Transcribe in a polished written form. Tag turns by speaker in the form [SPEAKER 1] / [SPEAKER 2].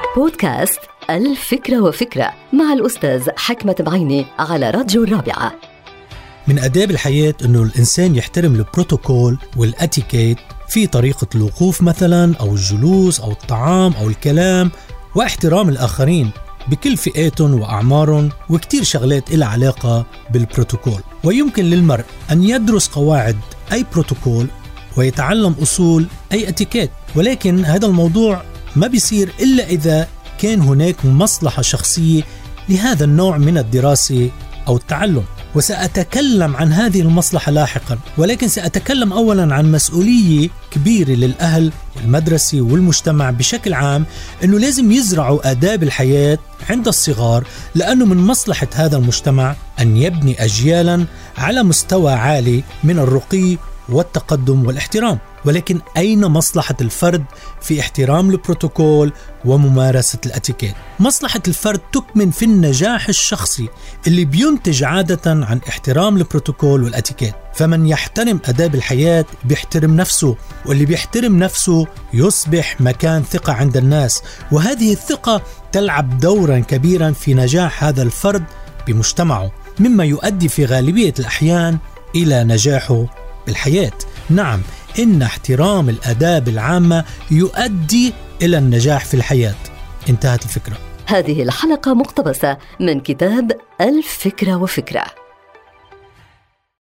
[SPEAKER 1] بودكاست الفكرة وفكرة مع الأستاذ حكمة بعيني على راديو الرابعة.
[SPEAKER 2] من آداب الحياة أنه الإنسان يحترم البروتوكول والأتيكيت في طريقة الوقوف مثلا أو الجلوس أو الطعام أو الكلام، واحترام الآخرين بكل فئاتهم وأعمارهم، وكتير شغلات إلها علاقة بالبروتوكول. ويمكن للمرء أن يدرس قواعد أي بروتوكول ويتعلم أصول أي أتيكيت، ولكن هذا الموضوع ما بيصير إلا إذا كان هناك مصلحة شخصية لهذا النوع من الدراسة أو التعلم، وسأتكلم عن هذه المصلحة لاحقا. ولكن سأتكلم أولا عن مسؤولية كبيرة للأهل والمدرسة والمجتمع بشكل عام، أنه لازم يزرعوا آداب الحياة عند الصغار، لأنه من مصلحة هذا المجتمع أن يبني أجيالا على مستوى عالي من الرقي والتقدم والاحترام. ولكن أين مصلحة الفرد في احترام البروتوكول وممارسة الأتيكيت؟ مصلحة الفرد تكمن في النجاح الشخصي اللي بينتج عادة عن احترام البروتوكول والأتيكيت. فمن يحترم آداب الحياة بيحترم نفسه، واللي بيحترم نفسه يصبح مكان ثقة عند الناس، وهذه الثقة تلعب دورا كبيرا في نجاح هذا الفرد بمجتمعه، مما يؤدي في غالبية الأحيان إلى نجاحه بالحياة. نعم، إن احترام الآداب العامة يؤدي إلى النجاح في الحياة. انتهت الفكرة.
[SPEAKER 1] هذه الحلقة مقتبسة من كتاب الفكرة وفكرة.